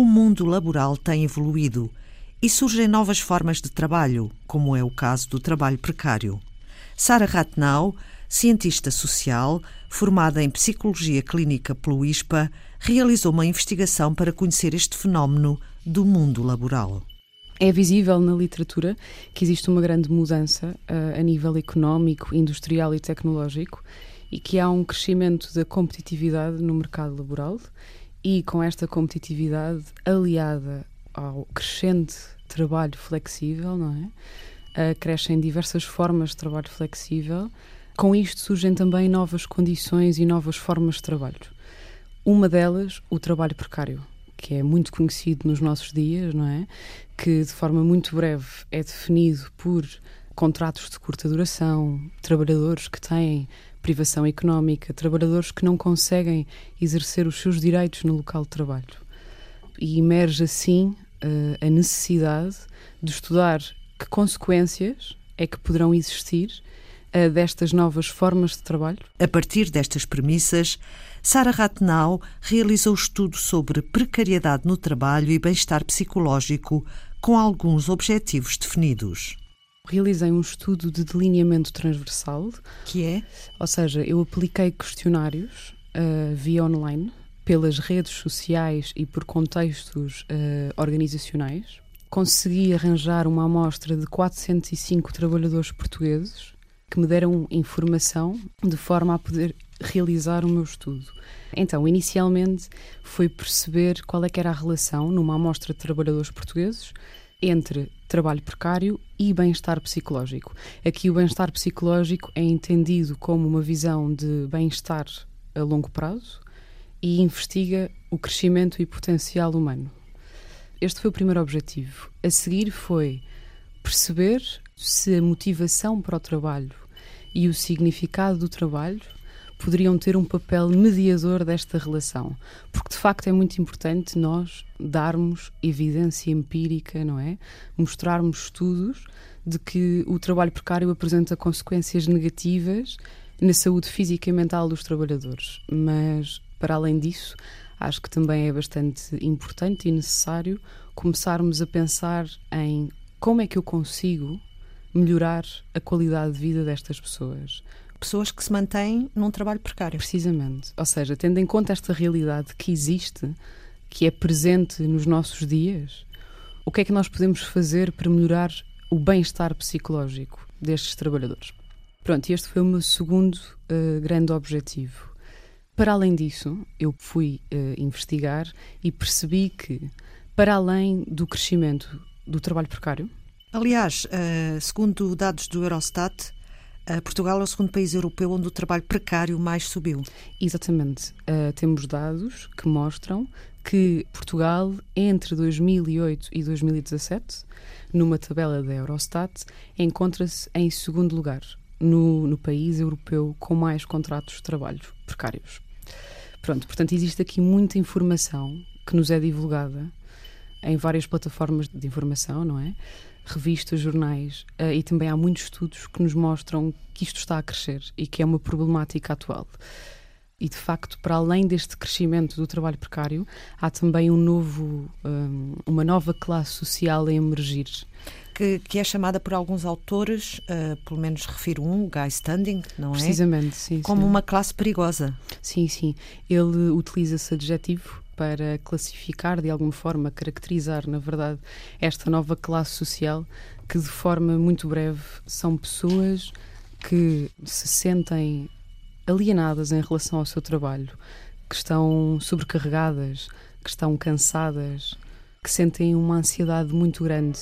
o mundo laboral tem evoluído e surgem novas formas de trabalho, como é o caso do trabalho precário. Sara Rathnau, cientista social, formada em Psicologia Clínica pelo ISPA, realizou uma investigação para conhecer este fenómeno do mundo laboral. É visível na literatura que existe uma grande mudança a nível económico, industrial e tecnológico e que há um crescimento da competitividade no mercado laboral e com esta competitividade aliada ao crescente trabalho flexível, não é? Crescem diversas formas de trabalho flexível. Com isto surgem também novas condições e novas formas de trabalho. Uma delas, o trabalho precário, que é muito conhecido nos nossos dias, não é? Que de forma muito breve é definido por contratos de curta duração, trabalhadores que têm privação económica, trabalhadores que não conseguem exercer os seus direitos no local de trabalho. E emerge assim a necessidade de estudar que consequências é que poderão existir destas novas formas de trabalho. A partir destas premissas, Sara Rathnau realizou estudo sobre precariedade no trabalho e bem-estar psicológico com alguns objetivos definidos. Realizei um estudo de delineamento transversal. Que é? Ou seja, eu apliquei questionários via online, pelas redes sociais e por contextos organizacionais. Consegui arranjar uma amostra de 405 trabalhadores portugueses que me deram informação de forma a poder realizar o meu estudo. Então, inicialmente, foi perceber qual é que era a relação, numa amostra de trabalhadores portugueses, entre trabalho precário e bem-estar psicológico. Aqui o bem-estar psicológico é entendido como uma visão de bem-estar a longo prazo e investiga o crescimento e potencial humano. Este foi o primeiro objetivo. A seguir foi perceber se a motivação para o trabalho e o significado do trabalho poderiam ter um papel mediador desta relação. Porque, de facto, é muito importante nós darmos evidência empírica, não é? Mostrarmos estudos de que o trabalho precário apresenta consequências negativas na saúde física e mental dos trabalhadores. Mas, para além disso, acho que também é bastante importante e necessário começarmos a pensar em como é que eu consigo melhorar a qualidade de vida destas pessoas. Pessoas que se mantêm num trabalho precário. Precisamente. Ou seja, tendo em conta esta realidade que existe, que é presente nos nossos dias, o que é que nós podemos fazer para melhorar o bem-estar psicológico destes trabalhadores? Pronto, este foi o meu segundo grande objetivo. Para além disso, eu fui investigar e percebi que, para além do crescimento do trabalho precário... Aliás, segundo dados do Eurostat, Portugal é o segundo país europeu onde o trabalho precário mais subiu. Exatamente. Temos dados que mostram que Portugal, entre 2008 e 2017, numa tabela da Eurostat, encontra-se em segundo lugar no país europeu com mais contratos de trabalho precários. Pronto, portanto, existe aqui muita informação que nos é divulgada em várias plataformas de informação, não é? Revistas, jornais, e também há muitos estudos que nos mostram que isto está a crescer e que é uma problemática atual. E, de facto, para além deste crescimento do trabalho precário, há também uma nova classe social a emergir. Que é chamada por alguns autores, pelo menos refiro um, Guy Standing, não é? Precisamente, sim. Como sim. uma classe perigosa. Sim, sim. Ele utiliza esse adjetivo para classificar, de alguma forma, caracterizar, na verdade, esta nova classe social que, de forma muito breve, são pessoas que se sentem alienadas em relação ao seu trabalho, que estão sobrecarregadas, que estão cansadas, que sentem uma ansiedade muito grande.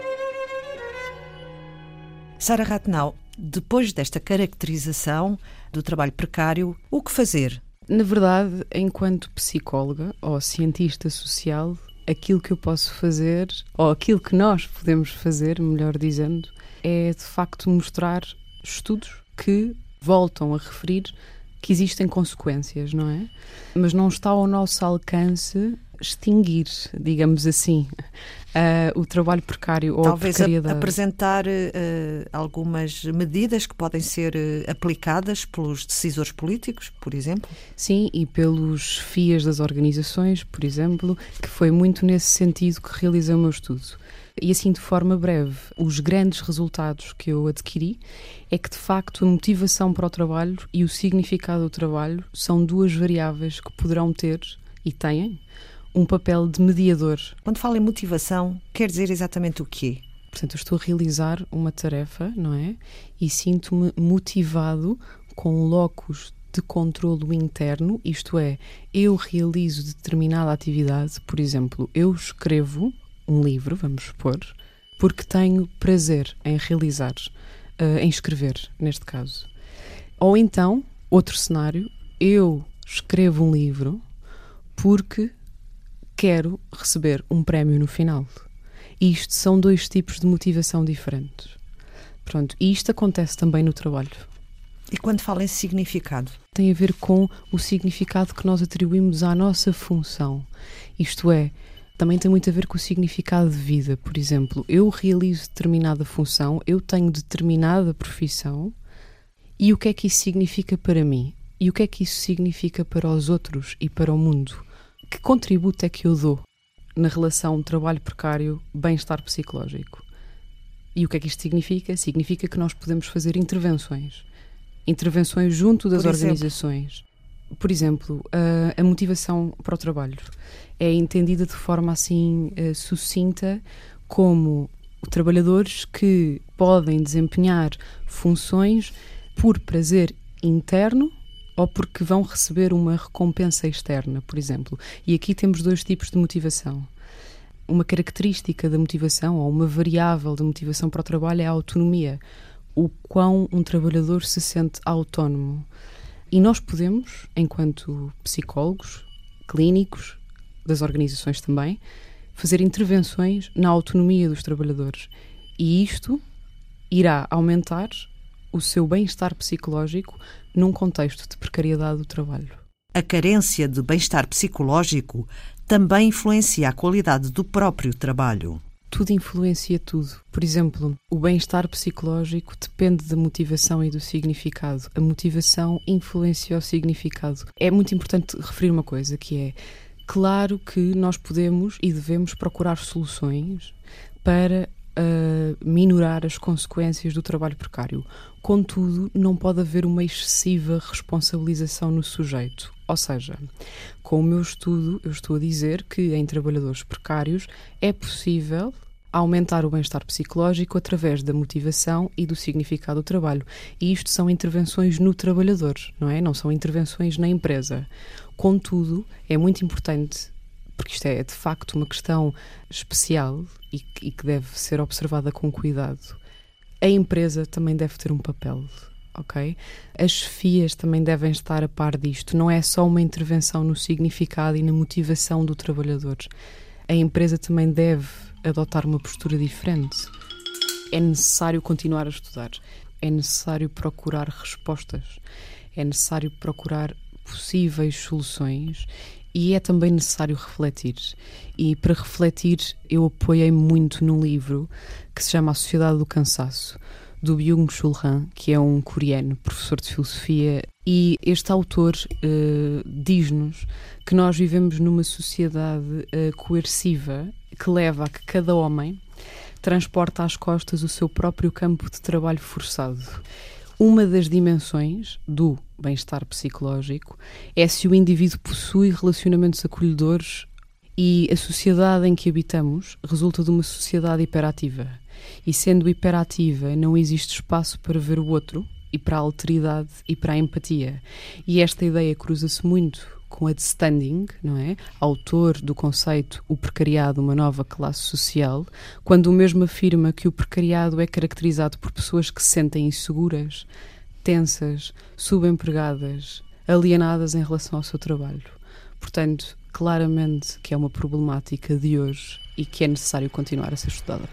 Sara Rathnau, depois desta caracterização do trabalho precário, o que fazer? Na verdade, enquanto psicóloga ou cientista social, aquilo que eu posso fazer, ou aquilo que nós podemos fazer, melhor dizendo, é de facto mostrar estudos que voltam a referir que existem consequências, não é? Mas não está ao nosso alcance extinguir, digamos assim, O trabalho precário ou talvez a precariedade. Apresentar algumas medidas que podem ser aplicadas pelos decisores políticos, por exemplo? Sim, e pelos FIAs das organizações, por exemplo, que foi muito nesse sentido que realizei o meu estudo. E assim, de forma breve, os grandes resultados que eu adquiri é que, de facto, a motivação para o trabalho e o significado do trabalho são duas variáveis que poderão ter, e têm, um papel de mediador. Quando fala em motivação, quer dizer exatamente o quê? Portanto, eu estou a realizar uma tarefa, não é? E sinto-me motivado com um locus de controlo interno, isto é, eu realizo determinada atividade, por exemplo, eu escrevo um livro, vamos supor, porque tenho prazer em realizar, em escrever, neste caso. Ou então, outro cenário, eu escrevo um livro porque quero receber um prémio no final. E isto são dois tipos de motivação diferentes. Pronto, e isto acontece também no trabalho. E quando fala em significado? Tem a ver com o significado que nós atribuímos à nossa função. Isto é, também tem muito a ver com o significado de vida. Por exemplo, eu realizo determinada função, eu tenho determinada profissão, e o que é que isso significa para mim? E o que é que isso significa para os outros e para o mundo? Que contributo é que eu dou na relação trabalho precário, bem-estar psicológico? E o que é que isto significa? Significa que nós podemos fazer intervenções junto das organizações. Por exemplo, a motivação para o trabalho é entendida de forma assim sucinta como trabalhadores que podem desempenhar funções por prazer interno ou porque vão receber uma recompensa externa, por exemplo. E aqui temos dois tipos de motivação. Uma característica da motivação ou uma variável da motivação para o trabalho é a autonomia. O quão um trabalhador se sente autónomo. E nós podemos, enquanto psicólogos, clínicos, das organizações também, fazer intervenções na autonomia dos trabalhadores. E isto irá aumentar o seu bem-estar psicológico num contexto de precariedade do trabalho. A carência de bem-estar psicológico também influencia a qualidade do próprio trabalho. Tudo influencia tudo. Por exemplo, o bem-estar psicológico depende da motivação e do significado. A motivação influencia o significado. É muito importante referir uma coisa, que é, claro que nós podemos e devemos procurar soluções para minorar as consequências do trabalho precário. Contudo, não pode haver uma excessiva responsabilização no sujeito. Ou seja, com o meu estudo, eu estou a dizer que em trabalhadores precários é possível aumentar o bem-estar psicológico através da motivação e do significado do trabalho. E isto são intervenções no trabalhador, não é? Não são intervenções na empresa. Contudo, é muito importante, porque isto é de facto uma questão especial e que deve ser observada com cuidado. A empresa também deve ter um papel, ok? As chefias também devem estar a par disto. Não é só uma intervenção no significado e na motivação do trabalhador. A empresa também deve adotar uma postura diferente. É necessário continuar a estudar. É necessário procurar respostas. É necessário procurar possíveis soluções. E é também necessário refletir. E para refletir, eu apoiei-me muito num livro que se chama A Sociedade do Cansaço, do Byung-Chul Han, que é um coreano, professor de filosofia. E este autor diz-nos que nós vivemos numa sociedade coerciva que leva a que cada homem transporta às costas o seu próprio campo de trabalho forçado. Uma das dimensões do bem-estar psicológico é se o indivíduo possui relacionamentos acolhedores, e a sociedade em que habitamos resulta de uma sociedade hiperativa. E sendo hiperativa, não existe espaço para ver o outro e para a alteridade e para a empatia. E esta ideia cruza-se muito com a de Standing, não é? Autor do conceito O Precariado, uma nova classe social, quando o mesmo afirma que o precariado é caracterizado por pessoas que se sentem inseguras, tensas, subempregadas, alienadas em relação ao seu trabalho. Portanto, claramente que é uma problemática de hoje e que é necessário continuar a ser estudada.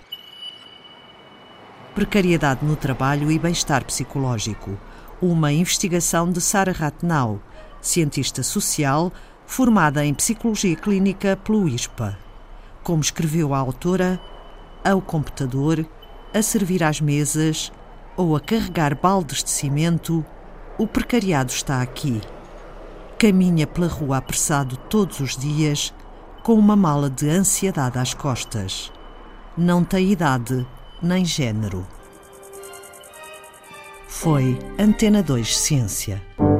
Precariedade no trabalho e bem-estar psicológico. Uma investigação de Sarah Rathnau, cientista social, formada em Psicologia Clínica pelo ISPA. Como escreveu a autora, ao computador, a servir às mesas ou a carregar baldes de cimento, o precariado está aqui. Caminha pela rua apressado todos os dias, com uma mala de ansiedade às costas. Não tem idade nem género. Foi Antena 2 Ciência.